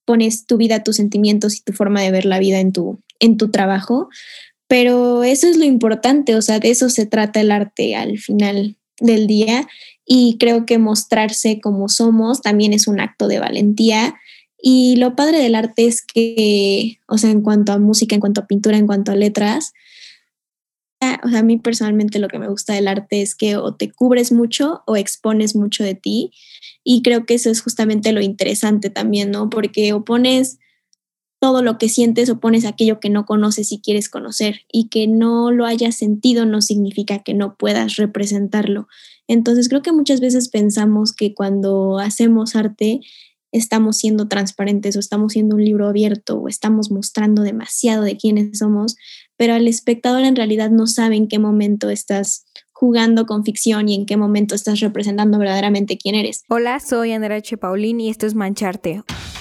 pones tu vida, tus sentimientos y tu forma de ver la vida en tu trabajo, pero eso es lo importante, o sea, de eso se trata el arte al final del día, y creo que mostrarse como somos también es un acto de valentía. Y lo padre del arte es que, o sea, en cuanto a música, en cuanto a pintura, en cuanto a letras, o sea, a mí personalmente lo que me gusta del arte es que o te cubres mucho o expones mucho de ti, y creo que eso es justamente lo interesante también, ¿no? Porque o pones todo lo que sientes o pones aquello que no conoces y quieres conocer, y que no lo hayas sentido no significa que no puedas representarlo. Entonces creo que muchas veces pensamos que cuando hacemos arte estamos siendo transparentes o estamos siendo un libro abierto o estamos mostrando demasiado de quiénes somos, pero el espectador en realidad no sabe en qué momento estás jugando con ficción y en qué momento estás representando verdaderamente quién eres. Hola, soy Andrea H. Paulín y esto es Mancharte,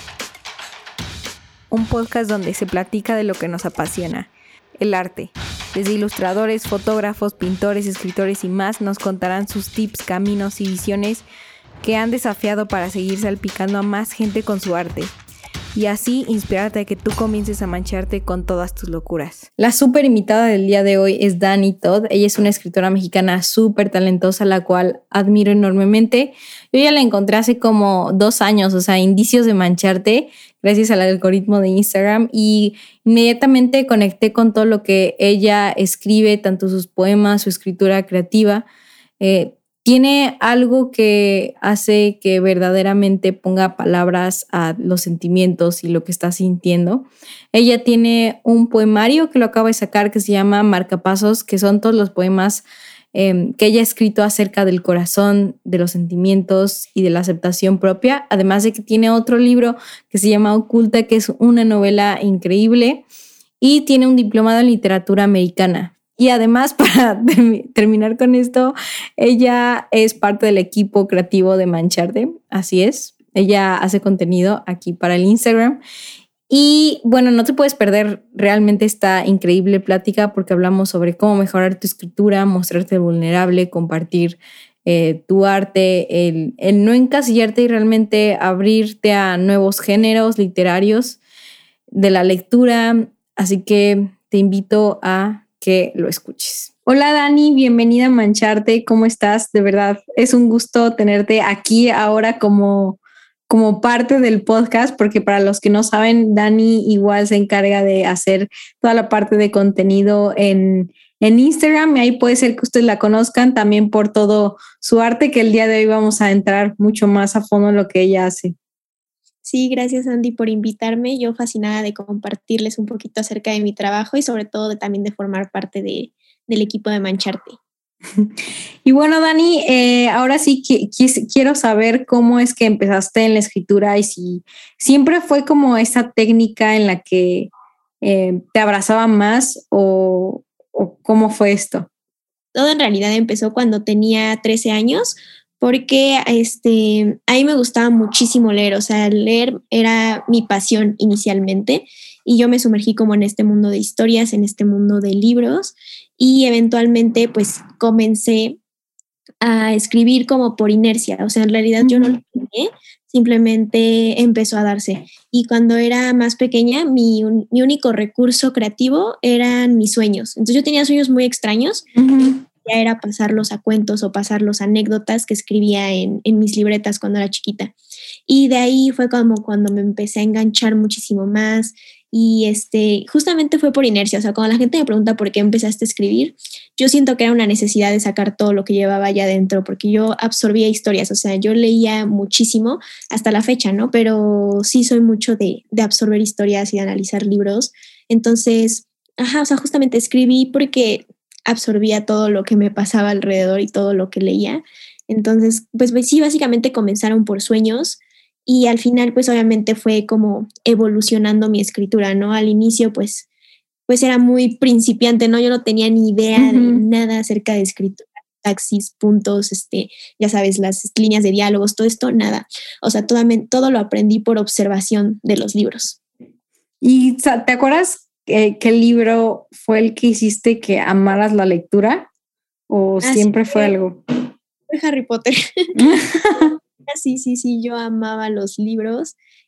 un podcast donde se platica de lo que nos apasiona, el arte. Desde ilustradores, fotógrafos, pintores, escritores y más nos contarán sus tips, caminos y visiones que han desafiado para seguir salpicando a más gente con su arte. Y así inspirarte a que tú comiences a mancharte con todas tus locuras. La súper invitada del día de hoy es Dani Todd. Ella es una escritora mexicana súper talentosa, la cual admiro enormemente. Yo ya la encontré hace como 2 años, o sea, indicios de mancharte, gracias al algoritmo de Instagram, y inmediatamente conecté con todo lo que ella escribe, tanto sus poemas, su escritura creativa. Tiene algo que hace que verdaderamente ponga palabras a los sentimientos y lo que está sintiendo. Ella tiene un poemario que lo acaba de sacar que se llama Marcapasos, que son todos los poemas que ella ha escrito acerca del corazón, de los sentimientos y de la aceptación propia. Además de que tiene otro libro que se llama Oculta, que es una novela increíble, y tiene un diplomado en literatura americana. Y además, para terminar con esto, ella es parte del equipo creativo de Mancharte, así es. Ella hace contenido aquí para el Instagram. Y bueno, no te puedes perder realmente esta increíble plática porque hablamos sobre cómo mejorar tu escritura, mostrarte vulnerable, compartir tu arte, el no encasillarte y realmente abrirte a nuevos géneros literarios de la lectura. Así que te invito a que lo escuches. Hola Dani, bienvenida a Mancharte, ¿cómo estás? De verdad, es un gusto tenerte aquí ahora como parte del podcast, porque para los que no saben, Dani igual se encarga de hacer toda la parte de contenido en Instagram, y ahí puede ser que ustedes la conozcan también por todo su arte, que el día de hoy vamos a entrar mucho más a fondo en lo que ella hace. Sí, gracias Andy por invitarme. Yo fascinada de compartirles un poquito acerca de mi trabajo y sobre todo también de formar parte del equipo de Mancharte. Y bueno, Dani, ahora sí quiero saber cómo es que empezaste en la escritura y si siempre fue como esa técnica en la que te abrazaba más o cómo fue esto. Todo en realidad empezó cuando tenía 13 años, porque a mí me gustaba muchísimo leer, o sea, leer era mi pasión inicialmente, y yo me sumergí como en este mundo de historias, en este mundo de libros, y eventualmente pues comencé a escribir como por inercia, o sea, en realidad yo no lo planeé, simplemente empezó a darse. Y cuando era más pequeña, mi único recurso creativo eran mis sueños. Entonces yo tenía sueños muy extraños. Ya era pasarlos a cuentos o pasarlos a anécdotas que escribía en mis libretas cuando era chiquita. Y de ahí fue como cuando me empecé a enganchar muchísimo más, y justamente fue por inercia. O sea, cuando la gente me pregunta por qué empezaste a escribir, yo siento que era una necesidad de sacar todo lo que llevaba allá adentro, porque yo absorbía historias, o sea, yo leía muchísimo hasta la fecha, ¿no? Pero sí soy mucho de absorber historias y de analizar libros. Entonces, o sea, justamente escribí porque absorbía todo lo que me pasaba alrededor y todo lo que leía. Entonces, pues sí, básicamente comenzaron por sueños, y al final, pues obviamente fue como evolucionando mi escritura, ¿no? Al inicio, pues era muy principiante, ¿no? Yo no tenía ni idea de nada acerca de escritura, taxis, puntos, ya sabes, las líneas de diálogos, todo esto, nada. O sea, todo lo aprendí por observación de los libros. ¿Y te acuerdas qué libro fue el que hiciste que amaras la lectura? ¿O siempre fue algo? Fue Harry Potter. Sí, yo amaba los libros,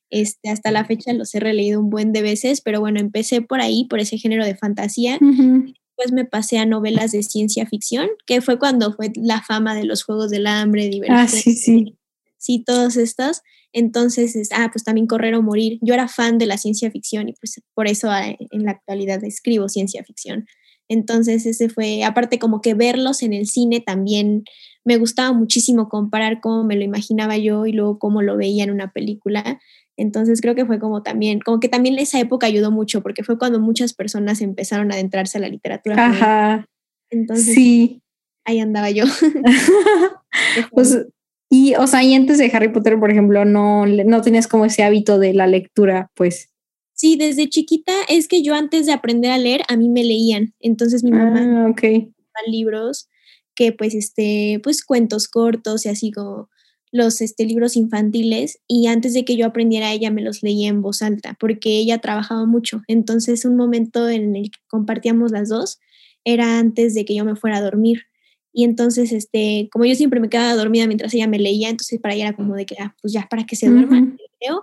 Hasta la fecha los he releído un buen de veces, pero bueno, empecé por ahí, por ese género de fantasía. Después me pasé a novelas de ciencia ficción, que fue cuando fue la fama de los Juegos del Hambre, Divergente. Sí, todos estos. Entonces, pues también Correr o Morir. Yo era fan de la ciencia ficción y pues por eso en la actualidad escribo ciencia ficción. Entonces ese fue, aparte como que verlos en el cine también me gustaba muchísimo comparar cómo me lo imaginaba yo y luego cómo lo veía en una película. Entonces creo que fue como que también esa época ayudó mucho porque fue cuando muchas personas empezaron a adentrarse a la literatura. Ajá. Entonces sí. Ahí andaba yo. Pues, y antes de Harry Potter, por ejemplo, no tenías como ese hábito de la lectura, pues. Sí, desde chiquita es que yo antes de aprender a leer, a mí me leían. Entonces mi mamá libros que pues cuentos cortos y así como los libros infantiles, y antes de que yo aprendiera ella me los leía en voz alta porque ella trabajaba mucho. Entonces un momento en el que compartíamos las dos era antes de que yo me fuera a dormir. Y entonces, como yo siempre me quedaba dormida mientras ella me leía, entonces para ella era como de que, pues ya para que se duerma, leo,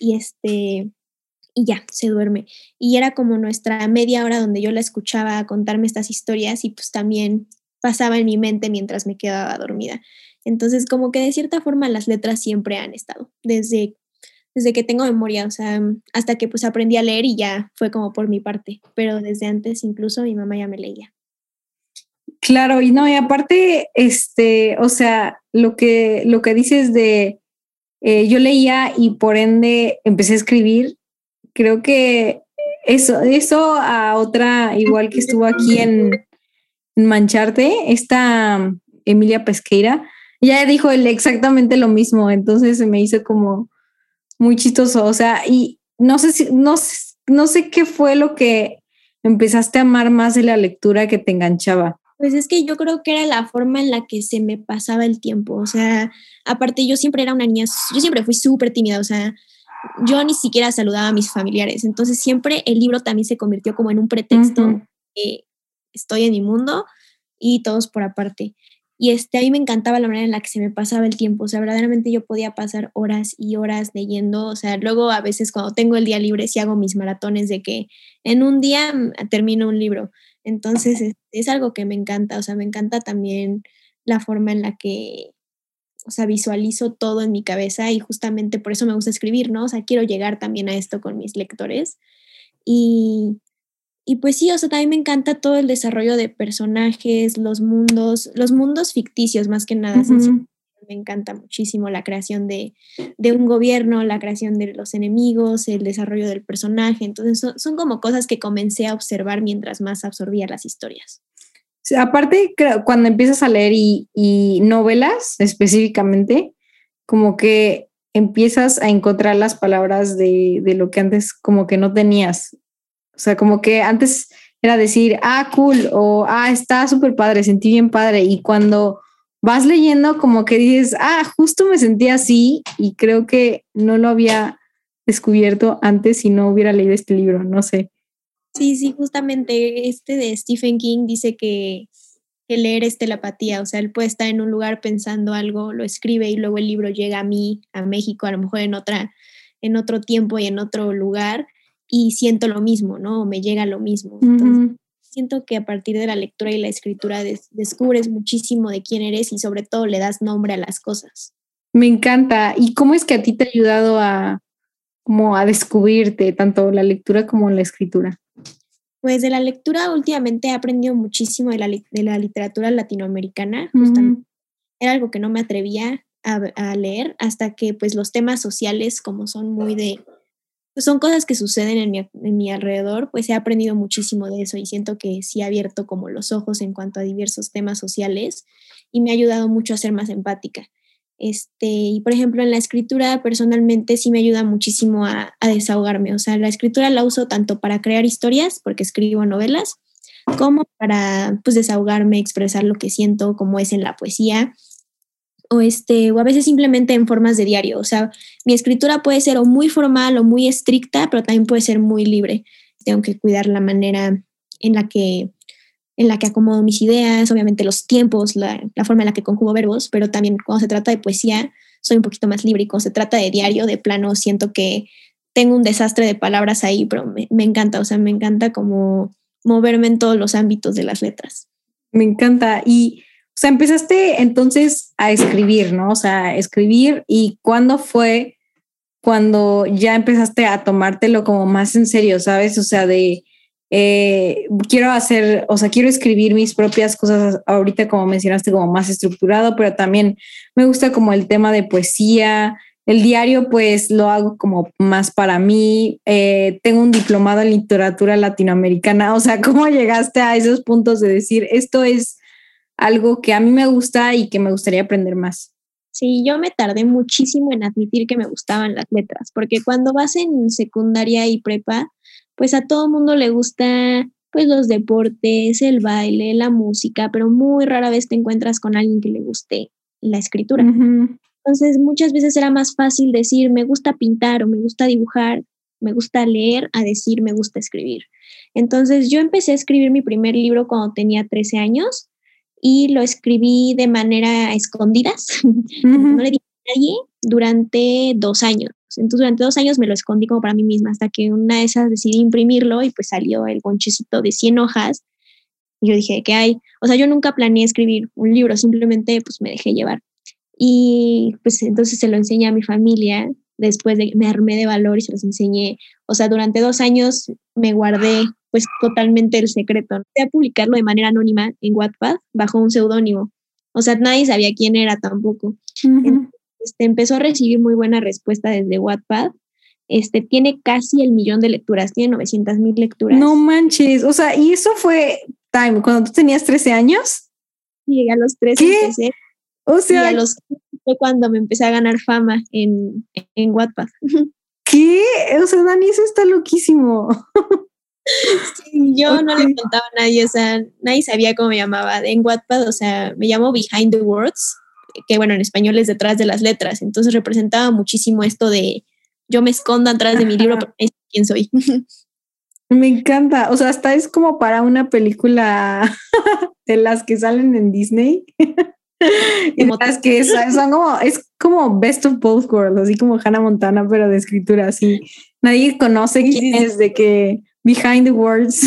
y ya, se duerme. Y era como nuestra media hora donde yo la escuchaba contarme estas historias y pues también pasaba en mi mente mientras me quedaba dormida. Entonces, como que de cierta forma las letras siempre han estado, desde que tengo memoria, o sea, hasta que pues aprendí a leer y ya fue como por mi parte, pero desde antes incluso mi mamá ya me leía. Claro, y aparte, lo que dices de yo leía y por ende empecé a escribir, creo que eso a otra, igual que estuvo aquí en Mancharte, esta Emilia Pesqueira, ya dijo exactamente lo mismo, entonces se me hizo como muy chistoso, o sea, y no sé qué fue lo que empezaste a amar más de la lectura que te enganchaba. Pues es que yo creo que era la forma en la que se me pasaba el tiempo, o sea, aparte yo siempre era una niña, yo siempre fui súper tímida, o sea, yo ni siquiera saludaba a mis familiares, entonces siempre el libro también se convirtió como en un pretexto, estoy en mi mundo y todos por aparte. Y a mí me encantaba la manera en la que se me pasaba el tiempo, o sea, verdaderamente yo podía pasar horas y horas leyendo, o sea, luego a veces cuando tengo el día libre sí hago mis maratones de que en un día termino un libro. Entonces es algo que me encanta, o sea, me encanta también la forma en la que, o sea, visualizo todo en mi cabeza y justamente por eso me gusta escribir, ¿no? O sea, quiero llegar también a esto con mis lectores. Y pues sí, o sea, también me encanta todo el desarrollo de personajes, los mundos ficticios más que nada. Me encanta muchísimo la creación de un gobierno, la creación de los enemigos, el desarrollo del personaje. Entonces son como cosas que comencé a observar mientras más absorbía las historias. Sí, aparte, cuando empiezas a leer y novelas específicamente, como que empiezas a encontrar las palabras de lo que antes como que no tenías. O sea, como que antes era decir, cool, o está súper padre, sentí bien padre. Y cuando vas leyendo, como que dices, justo me sentí así y creo que no lo había descubierto antes si no hubiera leído este libro, no sé. Sí, justamente de Stephen King dice que leer es telepatía, o sea, él puede estar en un lugar pensando algo, lo escribe y luego el libro llega a mí, a México, a lo mejor en otro tiempo y en otro lugar, y siento lo mismo, ¿no? Me llega lo mismo. Entonces, siento que a partir de la lectura y la escritura descubres muchísimo de quién eres y sobre todo le das nombre a las cosas. Me encanta. ¿Y cómo es que a ti te ha ayudado a descubrirte tanto la lectura como la escritura? Pues de la lectura últimamente he aprendido muchísimo de la literatura latinoamericana, justamente. Era algo que no me atrevía a leer hasta que pues los temas sociales como son pues son cosas que suceden en mi alrededor, pues he aprendido muchísimo de eso y siento que sí ha abierto como los ojos en cuanto a diversos temas sociales y me ha ayudado mucho a ser más empática. Y por ejemplo en la escritura personalmente sí me ayuda muchísimo a desahogarme, o sea, la escritura la uso tanto para crear historias, porque escribo novelas, como para pues desahogarme, expresar lo que siento, como es en la poesía, o a veces simplemente en formas de diario. O sea, mi escritura puede ser o muy formal o muy estricta, pero también puede ser muy libre. Tengo que cuidar la manera en la que acomodo mis ideas, obviamente los tiempos, la forma en la que conjugo verbos, pero también cuando se trata de poesía, soy un poquito más libre y cuando se trata de diario, de plano, siento que tengo un desastre de palabras ahí, pero me encanta, o sea, me encanta como moverme en todos los ámbitos de las letras. Me encanta. Y, o sea, empezaste entonces a escribir, ¿no? O sea, escribir. ¿Y cuándo fue cuando ya empezaste a tomártelo como más en serio, sabes? O sea, quiero hacer, o sea, quiero escribir mis propias cosas ahorita, como mencionaste, como más estructurado, pero también me gusta como el tema de poesía. El diario, pues lo hago como más para mí. Tengo un diplomado en literatura latinoamericana. O sea, ¿cómo llegaste a esos puntos de decir esto es algo que a mí me gusta y que me gustaría aprender más? Sí, yo me tardé muchísimo en admitir que me gustaban las letras, porque cuando vas en secundaria y prepa, pues a todo mundo le gusta pues los deportes, el baile, la música, pero muy rara vez te encuentras con alguien que le guste la escritura. Uh-huh. Entonces, muchas veces era más fácil decir me gusta pintar o me gusta dibujar, me gusta leer, a decir me gusta escribir. Entonces, yo empecé a escribir mi primer libro cuando tenía 13 años y lo escribí de manera a escondidas, no le dije a nadie, durante 2 años. Entonces, durante 2 años me lo escondí como para mí misma, hasta que una de esas decidí imprimirlo y pues salió el bonchecito de 100 hojas. Y yo dije, ¿qué hay? O sea, yo nunca planeé escribir un libro, simplemente pues me dejé llevar. Y pues entonces se lo enseñé a mi familia, después de me armé de valor y se los enseñé. O sea, durante 2 años me guardé pues totalmente el secreto. Empecé a publicarlo de manera anónima en Wattpad bajo un seudónimo. O sea, nadie sabía quién era tampoco. Uh-huh. Entonces, empezó a recibir muy buena respuesta desde Wattpad. Tiene casi el 1,000,000 de lecturas, tiene 900,000 lecturas. No manches, o sea, ¿y eso fue cuando tú tenías 13 años? Y a los 13 ¿Qué? empecé. O sea, y a los 15 fue cuando me empecé a ganar fama en Wattpad. ¿qué? O sea, Dani, eso está loquísimo. Sí, yo no le contaba a nadie, o sea, nadie sabía cómo me llamaba. En Wattpad, o sea, me llamo Behind the Words, que bueno, en español es detrás de las letras. Entonces representaba muchísimo esto de yo me escondo atrás de mi libro, pero no sé quién soy. Me encanta. O sea, hasta es como para una película de las que salen en Disney. Y las que son como, es como Best of Both Worlds, así como Hannah Montana, pero de escritura, así. Nadie conoce quién es, de que Behind the Words.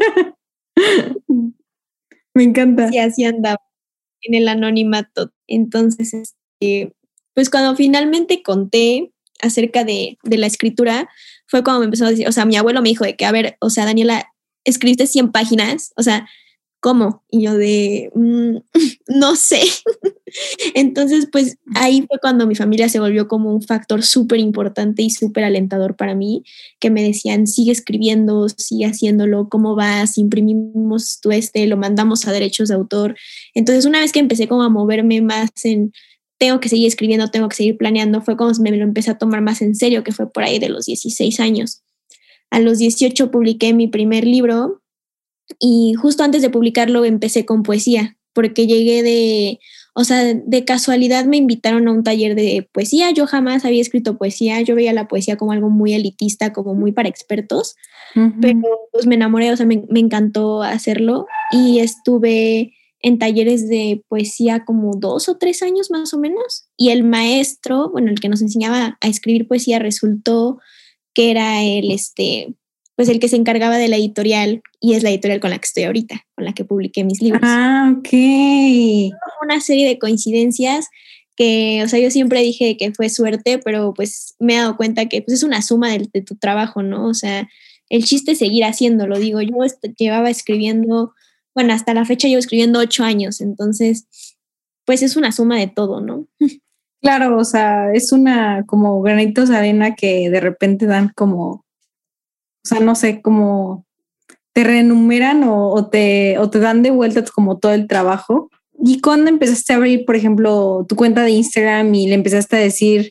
Me encanta. Sí, así andaba en el anonimato. Entonces, pues cuando finalmente conté acerca de la escritura, fue cuando me empezó a decir, o sea, mi abuelo me dijo de que, a ver, o sea, Daniela, escribiste 100 páginas, o sea, ¿cómo? Y yo de, no sé. Entonces, pues ahí fue cuando mi familia se volvió como un factor súper importante y súper alentador para mí, que me decían, sigue escribiendo, sigue haciéndolo, ¿cómo vas? Imprimimos lo mandamos a derechos de autor. Entonces, una vez que empecé como a moverme más en, tengo que seguir escribiendo, tengo que seguir planeando, fue cuando me lo empecé a tomar más en serio, que fue por ahí de los 16 años. A los 18 publiqué mi primer libro y justo antes de publicarlo empecé con poesía, porque o sea, de casualidad me invitaron a un taller de poesía. Yo jamás había escrito poesía, yo veía la poesía como algo muy elitista, como muy para expertos, pero pues me enamoré, o sea, me encantó hacerlo y estuve en talleres de poesía como 2 o 3 años más o menos, y el maestro, bueno, el que nos enseñaba a escribir poesía resultó que era pues el que se encargaba de la editorial y es la editorial con la que estoy ahorita, con la que publiqué mis libros. Ah, ok. Una serie de coincidencias que, o sea, yo siempre dije que fue suerte, pero pues me he dado cuenta que pues es una suma de tu trabajo, ¿no? O sea, el chiste es seguir haciéndolo. Digo, yo llevaba escribiendo, bueno, hasta la fecha llevo escribiendo 8 años, entonces, pues es una suma de todo, ¿no? Claro, o sea, es una como granitos de arena que de repente dan como, o sea, no sé, como te renumeran o te dan de vuelta como todo el trabajo. ¿Y cuando empezaste a abrir, por ejemplo, tu cuenta de Instagram y le empezaste a decir,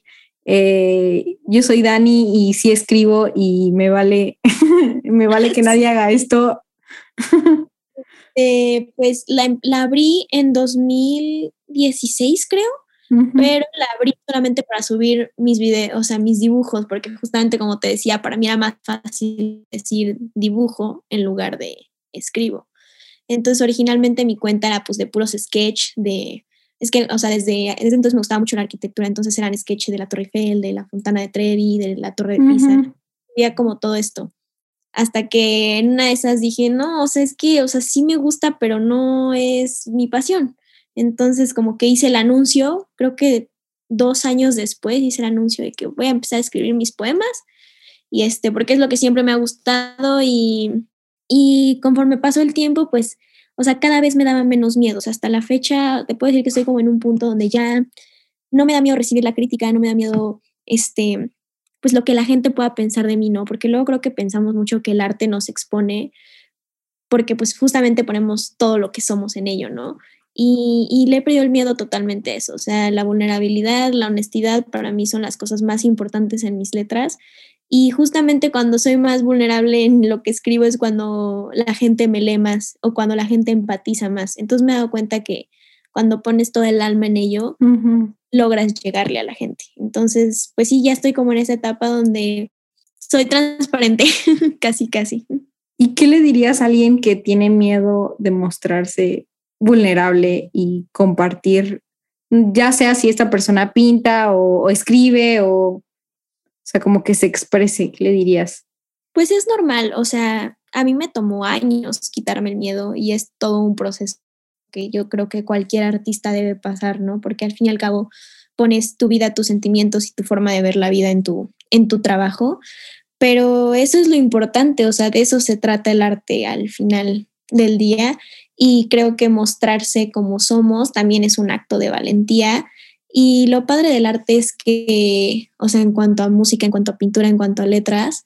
yo soy Dani y sí escribo y me vale, me vale que nadie haga esto? Pues la abrí en 2016, creo. Pero la abrí solamente para subir mis videos, o sea, mis dibujos, porque justamente como te decía, para mí era más fácil decir dibujo en lugar de escribo. Entonces originalmente mi cuenta era pues de puros sketch, de Es que, o sea, desde entonces me gustaba mucho la arquitectura, entonces eran sketches de la Torre Eiffel, de la Fontana de Trevi, de la Torre de Pisa, veía como todo esto. Hasta que en una de esas dije, no, o sea, es que, o sea, sí me gusta, pero no es mi pasión. Entonces como que hice el anuncio, creo que 2 años después hice el anuncio de que voy a empezar a escribir mis poemas y porque es lo que siempre me ha gustado y conforme pasó el tiempo, pues, o sea, cada vez me daba menos miedo. O sea, hasta la fecha te puedo decir que estoy como en un punto donde ya no me da miedo recibir la crítica, no me da miedo, pues lo que la gente pueda pensar de mí, ¿no? Porque luego creo que pensamos mucho que el arte nos expone porque pues justamente ponemos todo lo que somos en ello, ¿no? Y le he perdido el miedo totalmente a eso, o sea, la vulnerabilidad, la honestidad para mí son las cosas más importantes en mis letras y justamente cuando soy más vulnerable en lo que escribo es cuando la gente me lee más o cuando la gente empatiza más. Entonces me he dado cuenta que cuando pones todo el alma en ello, logras llegarle a la gente. Entonces, pues sí, ya estoy como en esa etapa donde soy transparente, casi, casi. ¿Y qué le dirías a alguien que tiene miedo de mostrarse vulnerable y compartir, ya sea si esta persona pinta o escribe o sea, como que se exprese? ¿Qué le dirías? Pues es normal, o sea, a mí me tomó años quitarme el miedo y es todo un proceso que yo creo que cualquier artista debe pasar, ¿no? Porque al fin y al cabo pones tu vida, tus sentimientos y tu forma de ver la vida en tu trabajo, pero eso es lo importante, o sea, de eso se trata el arte al final del día y creo que mostrarse como somos también es un acto de valentía y lo padre del arte es que, o sea, en cuanto a música, en cuanto a pintura, en cuanto a letras,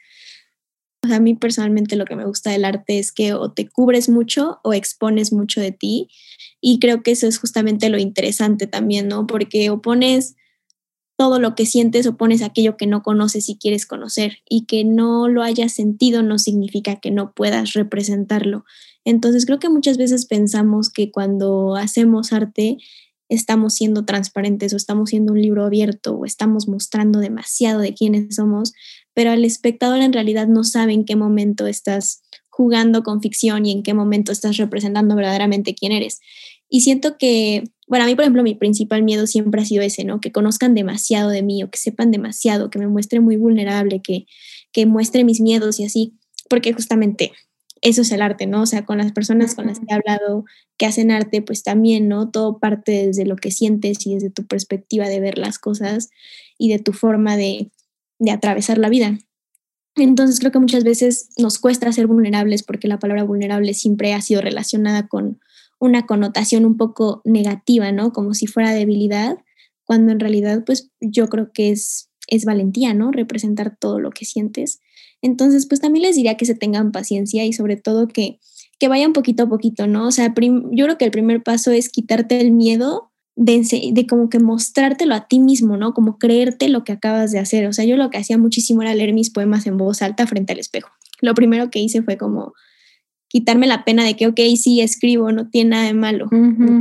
o sea, a mí personalmente lo que me gusta del arte es que o te cubres mucho o expones mucho de ti y creo que eso es justamente lo interesante también, ¿no? Porque o pones todo lo que sientes o pones aquello que no conoces y quieres conocer y que no lo hayas sentido no significa que no puedas representarlo. Entonces creo que muchas veces pensamos que cuando hacemos arte estamos siendo transparentes o estamos siendo un libro abierto o estamos mostrando demasiado de quiénes somos, pero al espectador en realidad no sabe en qué momento estás jugando con ficción y en qué momento estás representando verdaderamente quién eres. Y siento que, bueno, a mí, por ejemplo, mi principal miedo siempre ha sido ese, ¿no? Que conozcan demasiado de mí o que sepan demasiado, que me muestre muy vulnerable, que muestre mis miedos y así, porque justamente eso es el arte, ¿no? O sea, con las personas con las que he hablado que hacen arte, pues también, ¿no? Todo parte desde lo que sientes y desde tu perspectiva de ver las cosas y de tu forma de atravesar la vida. Entonces creo que muchas veces nos cuesta ser vulnerables porque la palabra vulnerable siempre ha sido relacionada con una connotación un poco negativa, ¿no? Como si fuera debilidad, cuando en realidad pues yo creo que es valentía, ¿no? Representar todo lo que sientes. Entonces pues también les diría que se tengan paciencia y sobre todo que vayan poquito a poquito, ¿no? O sea, yo creo que el primer paso es quitarte el miedo de como que mostrártelo a ti mismo, ¿no? Como creerte lo que acabas de hacer. O sea, yo lo que hacía muchísimo era leer mis poemas en voz alta frente al espejo. Lo primero que hice fue como quitarme la pena de que, ok, sí, escribo, no tiene nada de malo.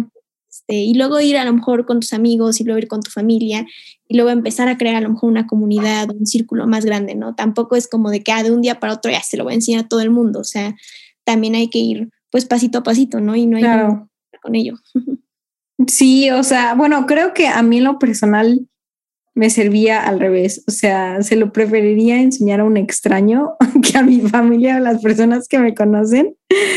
Y luego ir a lo mejor con tus amigos y luego ir con tu familia y luego empezar a crear a lo mejor una comunidad, un círculo más grande, ¿no? Tampoco es como de que de un día para otro ya se lo voy a enseñar a todo el mundo. O sea, también hay que ir pues pasito a pasito, ¿no? Y no hay claro. que con ello. Sí, o sea, bueno, creo que a mí en lo personal me servía al revés. O sea, se lo preferiría enseñar a un extraño que a mi familia o a las personas que me conocen,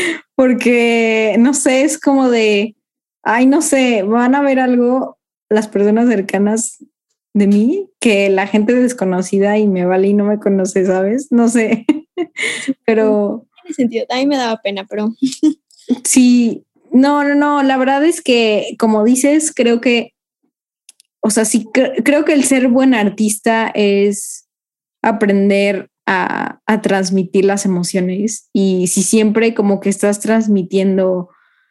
porque no sé, es como de, ay, no sé, van a ver algo las personas cercanas de mí que la gente desconocida y me vale y no me conoce, ¿sabes? No sé, pero... Tiene sentido, a mí me daba pena, pero... Sí, no, la verdad es que, como dices, creo que, o sea, sí, creo que el ser buen artista es aprender a transmitir las emociones y si siempre como que estás transmitiendo,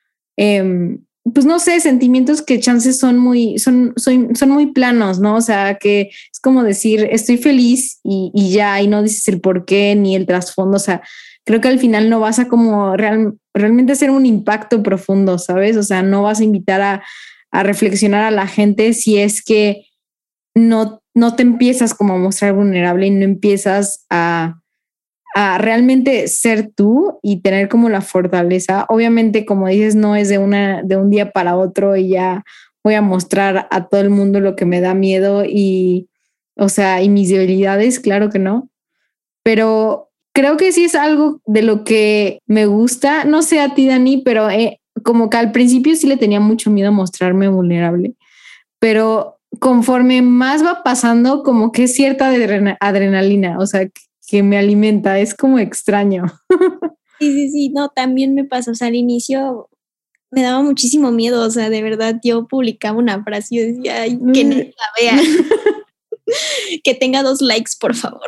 pues no sé, sentimientos que chances son son muy planos, ¿no? O sea, que es como decir, estoy feliz y ya, y no dices el por qué ni el trasfondo, o sea, creo que al final no vas a como realmente hacer un impacto profundo, ¿sabes? O sea, no vas a invitar a reflexionar a la gente si es que no te empiezas como a mostrar vulnerable y no empiezas a realmente ser tú y tener como la fortaleza. Obviamente, como dices, no es de un día para otro y ya voy a mostrar a todo el mundo lo que me da miedo y, o sea, y mis debilidades, claro que no. Pero creo que sí es algo de lo que me gusta. No sé a ti, Dani, pero como que al principio sí le tenía mucho miedo a mostrarme vulnerable. Pero conforme más va pasando, como que es cierta adrenalina, o sea, que me alimenta. Es como extraño. Sí, no, también me pasa. O sea, al inicio me daba muchísimo miedo. O sea, de verdad, yo publicaba una frase y yo decía, ay, que nadie la vea. Que tenga 2 likes, por favor.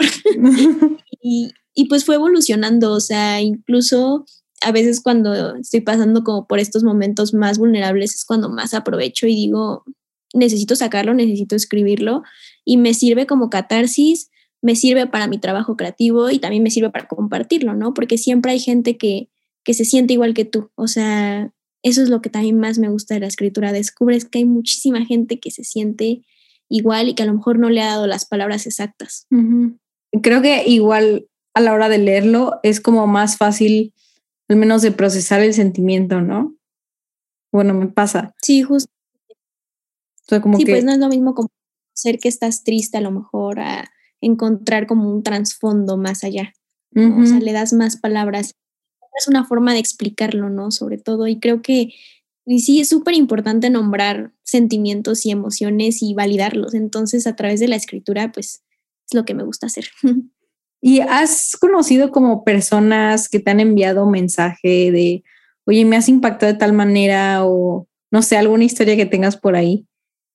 y pues fue evolucionando, o sea, incluso a veces cuando estoy pasando como por estos momentos más vulnerables es cuando más aprovecho y digo, necesito sacarlo, necesito escribirlo y me sirve como catarsis, me sirve para mi trabajo creativo y también me sirve para compartirlo, ¿no? Porque siempre hay gente que se siente igual que tú, o sea, eso es lo que también más me gusta de la escritura, descubres que hay muchísima gente que se siente igual y que a lo mejor no le ha dado las palabras exactas. Uh-huh. Creo que igual a la hora de leerlo es como más fácil, al menos de procesar el sentimiento, ¿no? Bueno, me pasa. Sí, justo. O sea, como sí, que... pues no es lo mismo como ser que estás triste a lo mejor a encontrar como un trasfondo más allá, ¿no? O sea, le das más palabras. Es una forma de explicarlo, ¿no? Sobre todo, y creo que y sí es súper importante nombrar sentimientos y emociones y validarlos. Entonces, a través de la escritura, pues es lo que me gusta hacer. ¿Y has conocido como personas que te han enviado mensaje de, oye, me has impactado de tal manera o no sé, alguna historia que tengas por ahí?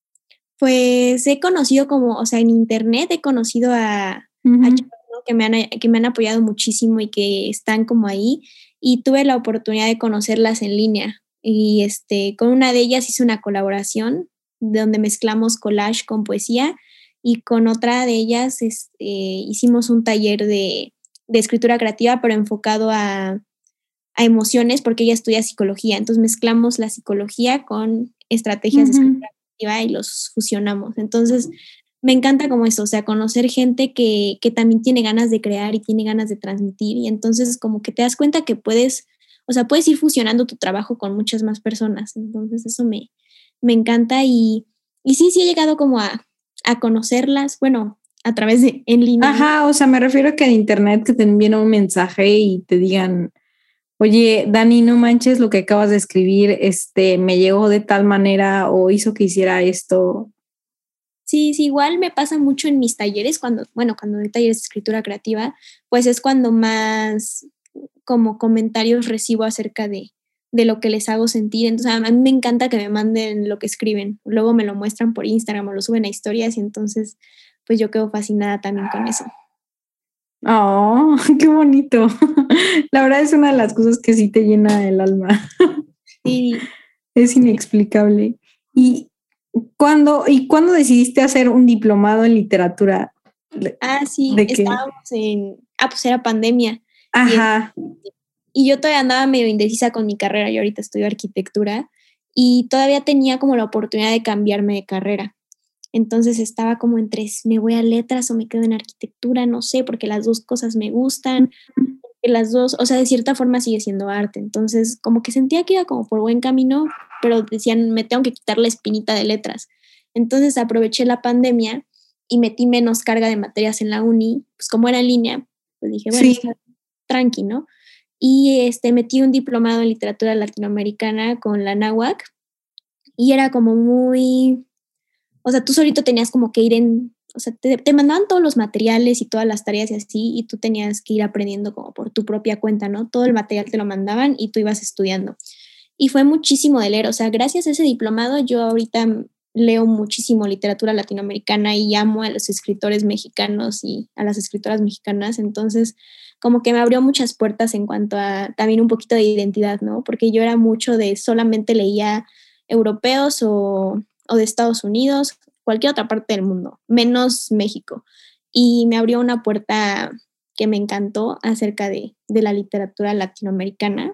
Pues he conocido como, o sea, en internet he conocido a chavos, ¿no? que me han apoyado muchísimo y que están como ahí. Y tuve la oportunidad de conocerlas en línea. Y con una de ellas hice una colaboración donde mezclamos collage con poesía y con otra de ellas hicimos un taller de escritura creativa, pero enfocado a emociones porque ella estudia psicología. Entonces mezclamos la psicología con estrategias de escritura creativa y los fusionamos. Entonces me encanta como eso, o sea, conocer gente que también tiene ganas de crear y tiene ganas de transmitir y entonces como que te das cuenta que puedes, o sea, puedes ir fusionando tu trabajo con muchas más personas. Entonces eso me encanta y sí he llegado como a conocerlas, bueno, a través de en línea. Ajá, ¿no? O sea, me refiero a que en internet que te envíen un mensaje y te digan, oye, Dani, no manches lo que acabas de escribir, me llegó de tal manera o hizo que hiciera esto. Sí, igual me pasa mucho en mis talleres, cuando doy talleres de escritura creativa, pues es cuando más como comentarios recibo acerca de lo que les hago sentir. Entonces, a mí me encanta que me manden lo que escriben. Luego me lo muestran por Instagram o lo suben a historias y entonces, pues yo quedo fascinada también con eso. Oh, qué bonito. La verdad es una de las cosas que sí te llena el alma. Sí. Es inexplicable. ¿Y cuándo decidiste hacer un diplomado en literatura? Sí, estábamos pues era pandemia. Ajá. Y yo todavía andaba medio indecisa con mi carrera, yo ahorita estudio arquitectura y todavía tenía como la oportunidad de cambiarme de carrera. Entonces estaba como entre me voy a letras o me quedo en arquitectura, no sé, porque las dos cosas me gustan, las dos, o sea, de cierta forma sigue siendo arte. Entonces como que sentía que iba como por buen camino, pero decían, me tengo que quitar la espinita de letras. Entonces aproveché la pandemia y metí menos carga de materias en la uni, pues como era en línea, pues dije, bueno, está tranqui, ¿no? Y metí un diplomado en literatura latinoamericana con la náhuac y era como muy, o sea, tú solito tenías como que ir o sea, te mandaban todos los materiales y todas las tareas y así, y tú tenías que ir aprendiendo como por tu propia cuenta, ¿no? Todo el material te lo mandaban y tú ibas estudiando. Y fue muchísimo de leer, o sea, gracias a ese diplomado yo ahorita leo muchísimo literatura latinoamericana y amo a los escritores mexicanos y a las escritoras mexicanas, entonces como que me abrió muchas puertas en cuanto a también un poquito de identidad, ¿no? Porque yo era mucho de solamente leía europeos o de Estados Unidos, cualquier otra parte del mundo, menos México. Y me abrió una puerta que me encantó acerca de la literatura latinoamericana.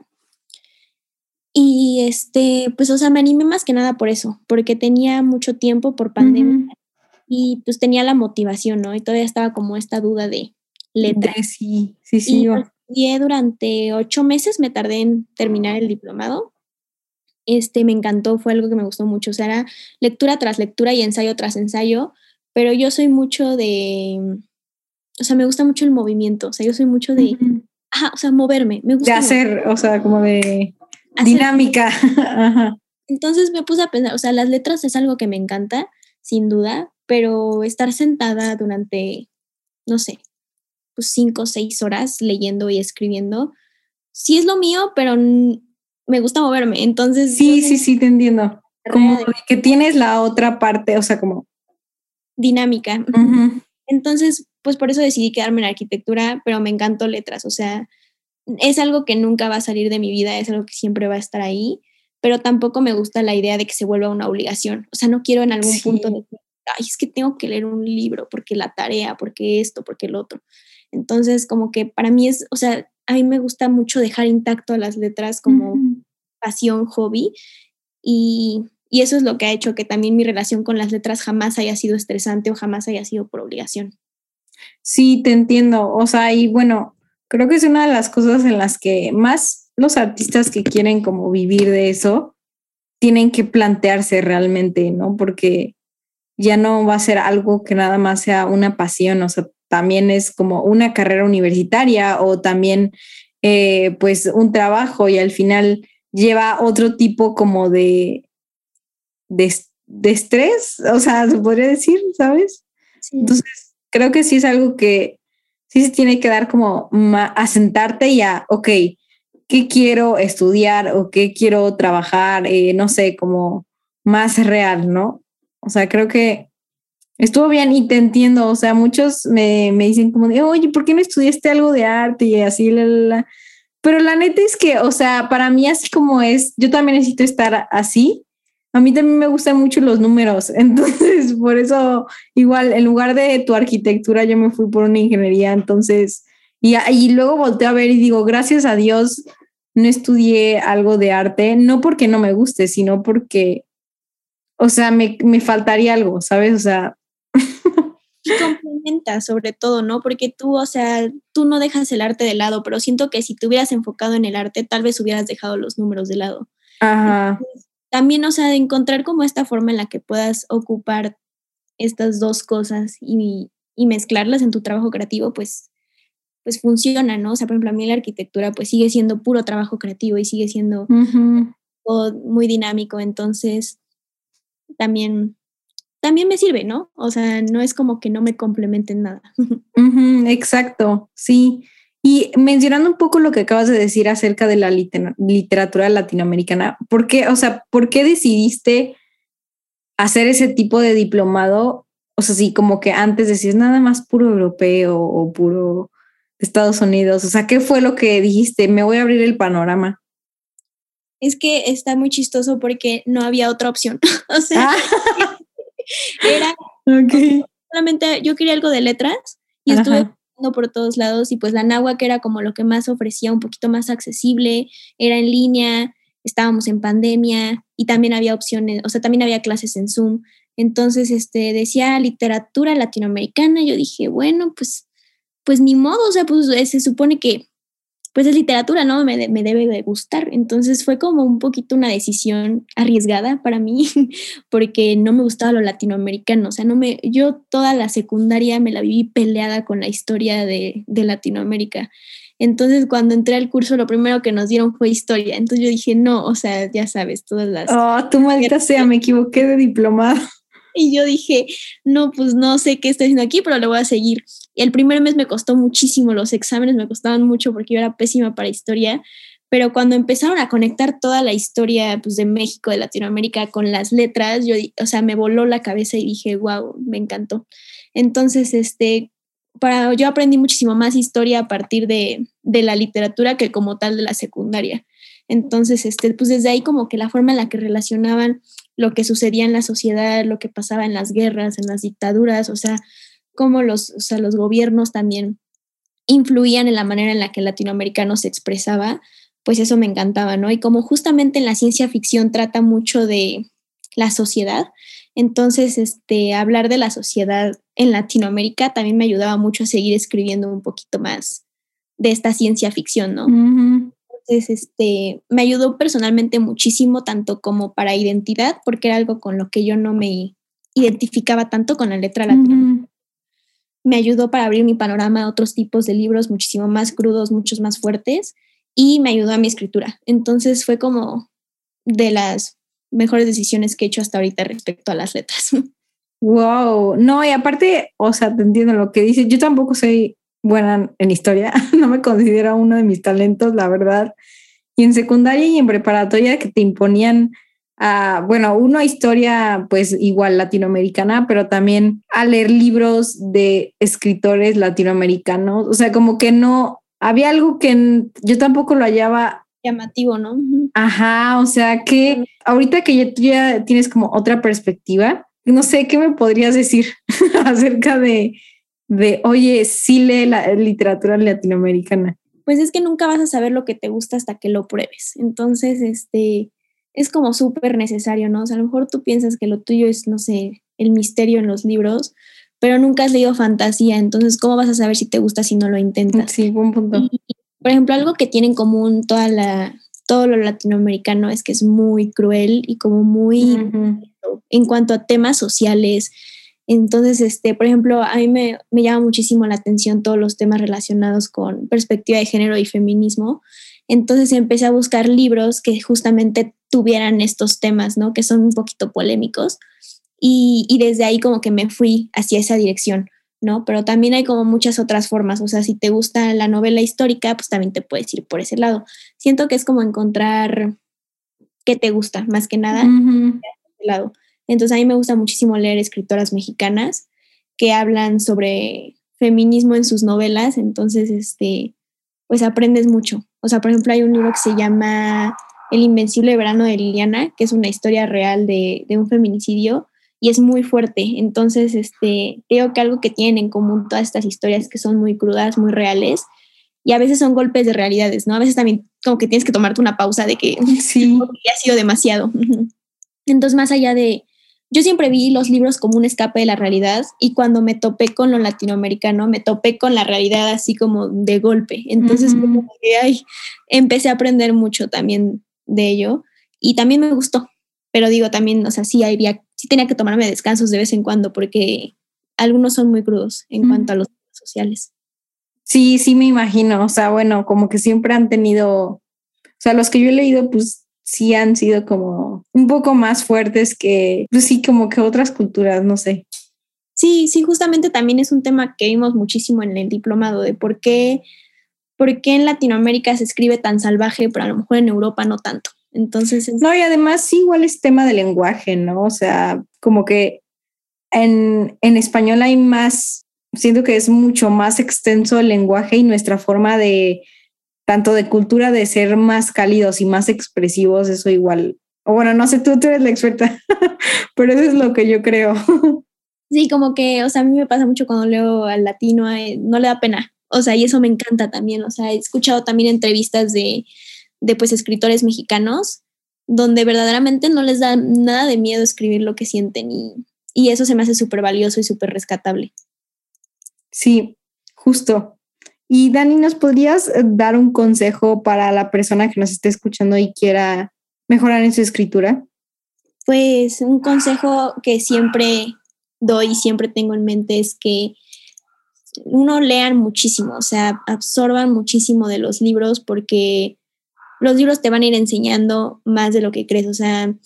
Y pues, o sea, me animé más que nada por eso, porque tenía mucho tiempo por pandemia y pues tenía la motivación, ¿no? Y todavía estaba como esta duda de letras. Sí. Y pues, estudié durante 8 meses, me tardé en terminar el diplomado. me encantó, fue algo que me gustó mucho. O sea, era lectura tras lectura y ensayo tras ensayo, pero yo soy mucho o sea, me gusta mucho el movimiento. O sea, yo soy mucho de, o sea, moverme. Me gusta de hacer, o sea, como de dinámica. Ajá. Entonces me puse a pensar, o sea, las letras es algo que me encanta, sin duda, pero estar sentada durante, no sé, pues 5 o 6 horas leyendo y escribiendo, sí es lo mío, pero me gusta moverme. Entonces, Sí, te entiendo. Como que tienes la otra parte, o sea, como dinámica. Entonces, pues por eso decidí quedarme en arquitectura, pero me encantó letras. O sea, es algo que nunca va a salir de mi vida, es algo que siempre va a estar ahí, pero tampoco me gusta la idea de que se vuelva una obligación. O sea, no quiero en algún punto decir, ay, es que tengo que leer un libro, porque la tarea, porque esto, porque el otro. Entonces, como que para mí es, o sea, a mí me gusta mucho dejar intacto las letras como pasión, hobby, y eso es lo que ha hecho que también mi relación con las letras jamás haya sido estresante o jamás haya sido por obligación. Sí, te entiendo. O sea, y bueno, creo que es una de las cosas en las que más los artistas que quieren como vivir de eso tienen que plantearse realmente, ¿no? Porque ya no va a ser algo que nada más sea una pasión, o sea, también es como una carrera universitaria o también pues un trabajo y al final lleva otro tipo como de estrés, o sea, se podría decir, ¿sabes? Sí. Entonces, creo que sí es algo que sí se tiene que dar como a sentarte y a, ok, ¿qué quiero estudiar o qué quiero trabajar? No sé, como más real, ¿no? O sea, creo que estuvo bien y te entiendo, o sea, muchos me dicen como de, oye, ¿por qué no estudiaste algo de arte y así, la? Pero la neta es que, o sea, para mí así como es, yo también necesito estar así. A mí también me gustan mucho los números, entonces por eso igual en lugar de tu arquitectura yo me fui por una ingeniería, entonces, y luego volteo a ver y digo, gracias a Dios no estudié algo de arte, no porque no me guste, sino porque, o sea, me faltaría algo, ¿sabes? O sea, y complementa sobre todo, ¿no? Porque tú, o sea, tú no dejas el arte de lado, pero siento que si te hubieras enfocado en el arte, tal vez hubieras dejado los números de lado. ajá. Entonces, también, o sea, de encontrar como esta forma en la que puedas ocupar estas dos cosas y mezclarlas en tu trabajo creativo, pues funciona, ¿no? O sea, por ejemplo, a mí la arquitectura pues sigue siendo puro trabajo creativo y sigue siendo muy dinámico, entonces también me sirve, ¿no? O sea, no es como que no me complementen nada. Exacto, sí. Y mencionando un poco lo que acabas de decir acerca de la literatura latinoamericana, ¿por qué, o sea, por qué decidiste hacer ese tipo de diplomado? O sea, sí, como que antes decías nada más puro europeo o puro de Estados Unidos. O sea, ¿qué fue lo que dijiste? Me voy a abrir el panorama. Es que está muy chistoso porque no había otra opción. O sea, era Ok. solamente yo quería algo de letras y estuve buscando por todos lados y pues la náhuatl era como lo que más ofrecía, un poquito más accesible, era en línea, estábamos en pandemia y también había opciones, o sea, también había clases en Zoom. Entonces, decía literatura latinoamericana, yo dije, bueno, pues ni modo, o sea, pues se supone que pues es literatura, ¿no? Me debe de gustar. Entonces fue como un poquito una decisión arriesgada para mí, porque no me gustaba lo latinoamericano. O sea, yo toda la secundaria me la viví peleada con la historia de Latinoamérica. Entonces, cuando entré al curso, lo primero que nos dieron fue historia. Entonces yo dije, no, o sea, ya sabes, todas las... Oh, tú maldita sea, me equivoqué de diplomado. Y yo dije, no, pues no sé qué estoy haciendo aquí, pero lo voy a seguir. Y el primer mes me costó muchísimo, los exámenes me costaban mucho porque yo era pésima para historia, pero cuando empezaron a conectar toda la historia pues, de México, de Latinoamérica con las letras, o sea, me voló la cabeza y dije, wow, me encantó. Entonces, yo aprendí muchísimo más historia a partir de la literatura que como tal de la secundaria. Entonces, pues desde ahí como que la forma en la que relacionaban lo que sucedía en la sociedad, lo que pasaba en las guerras, en las dictaduras, o sea, cómo los gobiernos también influían en la manera en la que el latinoamericano se expresaba, pues eso me encantaba, ¿no? Y como justamente en la ciencia ficción trata mucho de la sociedad, entonces hablar de la sociedad en Latinoamérica también me ayudaba mucho a seguir escribiendo un poquito más de esta ciencia ficción, ¿no? Entonces, me ayudó personalmente muchísimo, tanto como para identidad, porque era algo con lo que yo no me identificaba tanto con la letra latinoamericana. Me ayudó para abrir mi panorama a otros tipos de libros muchísimo más crudos, muchos más fuertes, y me ayudó a mi escritura. Entonces fue como de las mejores decisiones que he hecho hasta ahorita respecto a las letras. Wow, no, y aparte, o sea, te entiendo lo que dices. Yo tampoco soy buena en historia, no me considero uno de mis talentos, la verdad. Y en secundaria y en preparatoria que te imponían bueno, una historia pues igual latinoamericana, pero también a leer libros de escritores latinoamericanos. O sea, como que no, había algo que yo tampoco lo hallaba llamativo, ¿no? Ajá, o sea que ahorita que tú ya tienes como otra perspectiva, no sé, ¿qué me podrías decir acerca oye, sí lee la literatura latinoamericana? Pues es que nunca vas a saber lo que te gusta hasta que lo pruebes. Entonces, es como súper necesario, ¿no? O sea, a lo mejor tú piensas que lo tuyo es, no sé, el misterio en los libros, pero nunca has leído fantasía, entonces, ¿cómo vas a saber si te gusta si no lo intentas? Sí, buen punto. Y, por ejemplo, algo que tiene en común todo lo latinoamericano es que es muy cruel y como muy en cuanto a temas sociales. Entonces, por ejemplo, a mí me llama muchísimo la atención todos los temas relacionados con perspectiva de género y feminismo. Entonces empecé a buscar libros que justamente tuvieran estos temas, ¿no? Que son un poquito polémicos. Y desde ahí como que me fui hacia esa dirección, ¿no? Pero también hay como muchas otras formas. O sea, si te gusta la novela histórica, pues también te puedes ir por ese lado. Siento que es como encontrar qué te gusta, más que nada, ese lado. Entonces a mí me gusta muchísimo leer escritoras mexicanas que hablan sobre feminismo en sus novelas, entonces pues aprendes mucho. O sea, por ejemplo, hay un libro que se llama El invencible verano de Liliana, que es una historia real de un feminicidio y es muy fuerte. Entonces, creo que algo que tienen en común todas estas historias que son muy crudas, muy reales, y a veces son golpes de realidades, ¿no? A veces también como que tienes que tomarte una pausa de que sí. ha sido demasiado. Entonces, más allá yo siempre vi los libros como un escape de la realidad y cuando me topé con lo latinoamericano, me topé con la realidad así como de golpe. Entonces, como que, empecé a aprender mucho también de ello y también me gustó. Pero digo, también, o sea, sí tenía que tomarme descansos de vez en cuando porque algunos son muy crudos en cuanto a los temas sociales. Sí, sí me imagino. O sea, bueno, como que siempre han tenido, o sea, los que yo he leído, pues sí han sido como un poco más fuertes que, pues sí, como que otras culturas, no sé. Sí, justamente también es un tema que vimos muchísimo en el diplomado de por qué en Latinoamérica se escribe tan salvaje, pero a lo mejor en Europa no tanto. Entonces... No, y además sí, igual es tema de lenguaje, ¿no? O sea, como que en español hay más, siento que es mucho más extenso el lenguaje y nuestra forma de, tanto de cultura, de ser más cálidos y más expresivos, eso igual. O bueno, no sé, tú eres la experta, pero eso es lo que yo creo. Sí, como que, o sea, a mí me pasa mucho cuando leo al latino, no le da pena. O sea, y eso me encanta también. O sea, he escuchado también entrevistas de pues escritores mexicanos donde verdaderamente no les da nada de miedo escribir lo que sienten y eso se me hace súper valioso y súper rescatable. Sí, justo. Y Dani, ¿nos podrías dar un consejo para la persona que nos esté escuchando y quiera mejorar en su escritura? Pues un consejo que siempre doy y siempre tengo en mente es que uno lean muchísimo, o sea, absorban muchísimo de los libros porque los libros te van a ir enseñando más de lo que crees, o sea,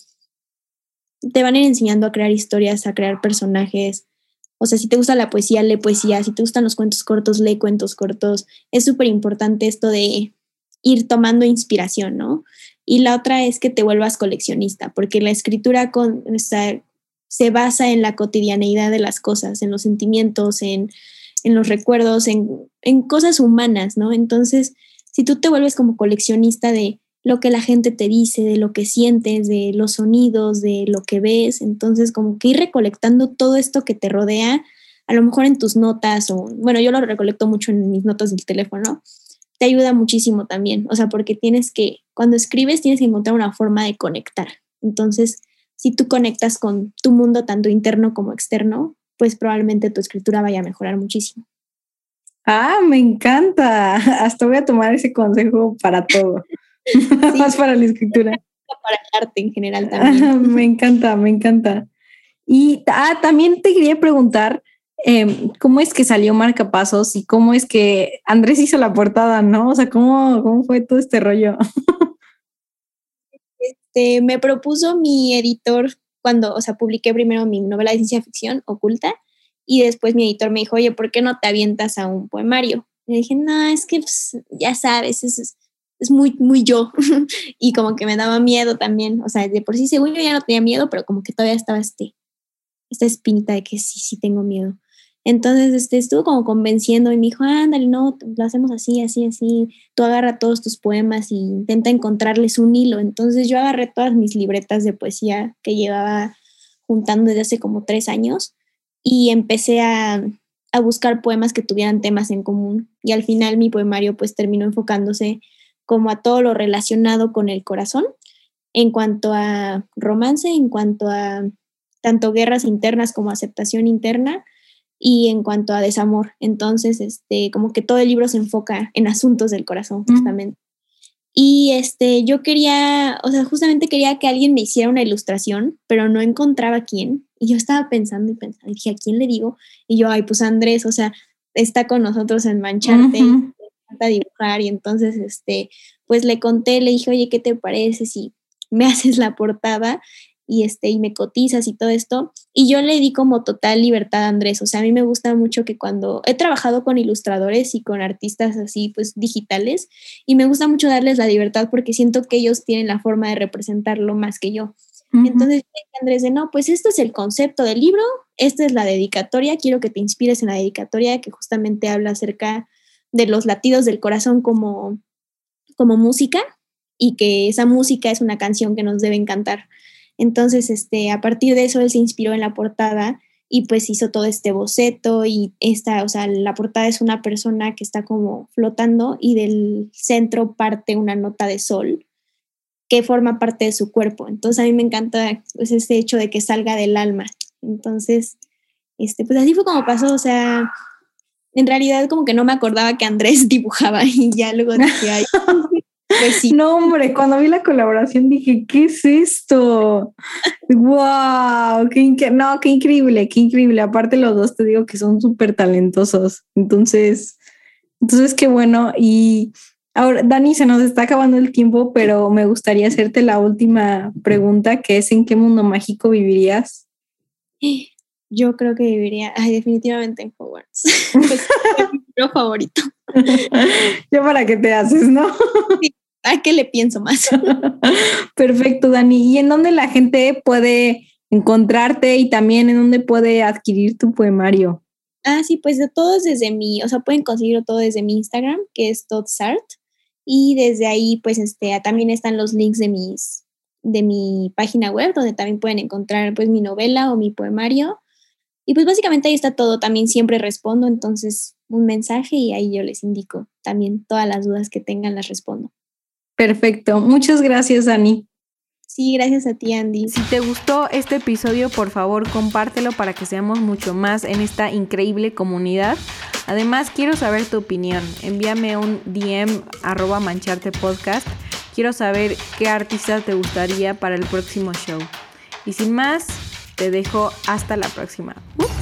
te van a ir enseñando a crear historias, a crear personajes. O sea, si te gusta la poesía, lee poesía. Si te gustan los cuentos cortos, lee cuentos cortos. Es súper importante esto de ir tomando inspiración, ¿no? Y la otra es que te vuelvas coleccionista, porque la escritura se basa en la cotidianeidad de las cosas, en los sentimientos, en los recuerdos, en cosas humanas, ¿no? Entonces, si tú te vuelves como coleccionista de lo que la gente te dice, de lo que sientes, de los sonidos, de lo que ves, entonces como que ir recolectando todo esto que te rodea, a lo mejor en tus notas o, bueno, yo lo recolecto mucho en mis notas del teléfono, te ayuda muchísimo también, o sea, porque cuando escribes tienes que encontrar una forma de conectar. Entonces, si tú conectas con tu mundo tanto interno como externo, pues probablemente tu escritura vaya a mejorar muchísimo. Ah, me encanta. Hasta voy a tomar ese consejo para todo. Más para la escritura. Para el arte en general también. Me encanta. Y también te quería preguntar, ¿cómo es que salió Marcapasos y cómo es que Andrés hizo la portada, ¿no? O sea, ¿cómo fue todo este rollo? Me propuso mi editor cuando, o sea, publiqué primero mi novela de ciencia ficción, Oculta, y después mi editor me dijo, oye, ¿por qué no te avientas a un poemario? Y le dije, no, es que pues, ya sabes, es muy, muy yo. Y como que me daba miedo también. O sea, de por sí, según yo ya no tenía miedo, pero como que todavía estaba esta espinita de que sí tengo miedo. Entonces estuvo como convenciendo y me dijo, ándale, no, lo hacemos así, tú agarra todos tus poemas y intenta encontrarles un hilo. Entonces yo agarré todas mis libretas de poesía que llevaba juntando desde hace como 3 años y empecé a buscar poemas que tuvieran temas en común. Y al final mi poemario pues terminó enfocándose como a todo lo relacionado con el corazón, en cuanto a romance, en cuanto a tanto guerras internas como aceptación interna, y en cuanto a desamor. Entonces, como que todo el libro se enfoca en asuntos del corazón, justamente. Y yo quería, o sea, justamente quería que alguien me hiciera una ilustración, pero no encontraba quién. Y yo estaba pensando y dije, ¿a quién le digo? Y yo, ay, pues Andrés, o sea, está con nosotros en Mancharte, y le encanta dibujar. Y entonces, pues le conté, le dije, oye, ¿qué te parece si me haces la portada? Y me cotizas y todo esto. Y yo le di como total libertad a Andrés. O sea, a mí me gusta mucho que cuando he trabajado con ilustradores y con artistas así, pues digitales, y me gusta mucho darles la libertad porque siento que ellos tienen la forma de representarlo más que yo. Entonces, Andrés, no, pues este es el concepto del libro, esta es la dedicatoria, quiero que te inspires en la dedicatoria que justamente habla acerca de los latidos del corazón como música, y que esa música es una canción que nos debe encantar. Entonces, a partir de eso, él se inspiró en la portada y pues hizo todo este boceto y o sea, la portada es una persona que está como flotando y del centro parte una nota de sol que forma parte de su cuerpo. Entonces, a mí me encanta pues este hecho de que salga del alma. Entonces, pues así fue como pasó, o sea, en realidad como que no me acordaba que Andrés dibujaba y ya luego dije, ay, pues sí. No, hombre, cuando vi la colaboración dije, ¿qué es esto? ¡Wow! Qué increíble, qué increíble. Aparte los dos te digo que son súper talentosos. Entonces, qué bueno. Y ahora, Dani, se nos está acabando el tiempo, pero me gustaría hacerte la última pregunta, que es ¿en qué mundo mágico vivirías? Yo creo que viviría, definitivamente en Hogwarts. Pues, es mi libro favorito. ¿Ya para qué te haces, no? Sí, ¿a qué le pienso más? Perfecto, Dani. ¿Y en dónde la gente puede encontrarte y también en dónde puede adquirir tu poemario? Sí, pues de todos o sea, pueden conseguirlo todo desde mi Instagram, que es todsart, y desde ahí, pues, también están los links de mi página web, donde también pueden encontrar, pues, mi novela o mi poemario. Y pues básicamente ahí está todo, también siempre respondo, entonces un mensaje y ahí yo les indico también todas las dudas que tengan, las respondo. Perfecto, muchas gracias, Dani. Sí, gracias a ti, Andy. Si te gustó este episodio, por favor compártelo para que seamos mucho más en esta increíble comunidad. Además, quiero saber tu opinión. Envíame un DM @manchartepodcast. Quiero saber qué artista te gustaría para el próximo show. Y sin más, te dejo hasta la próxima.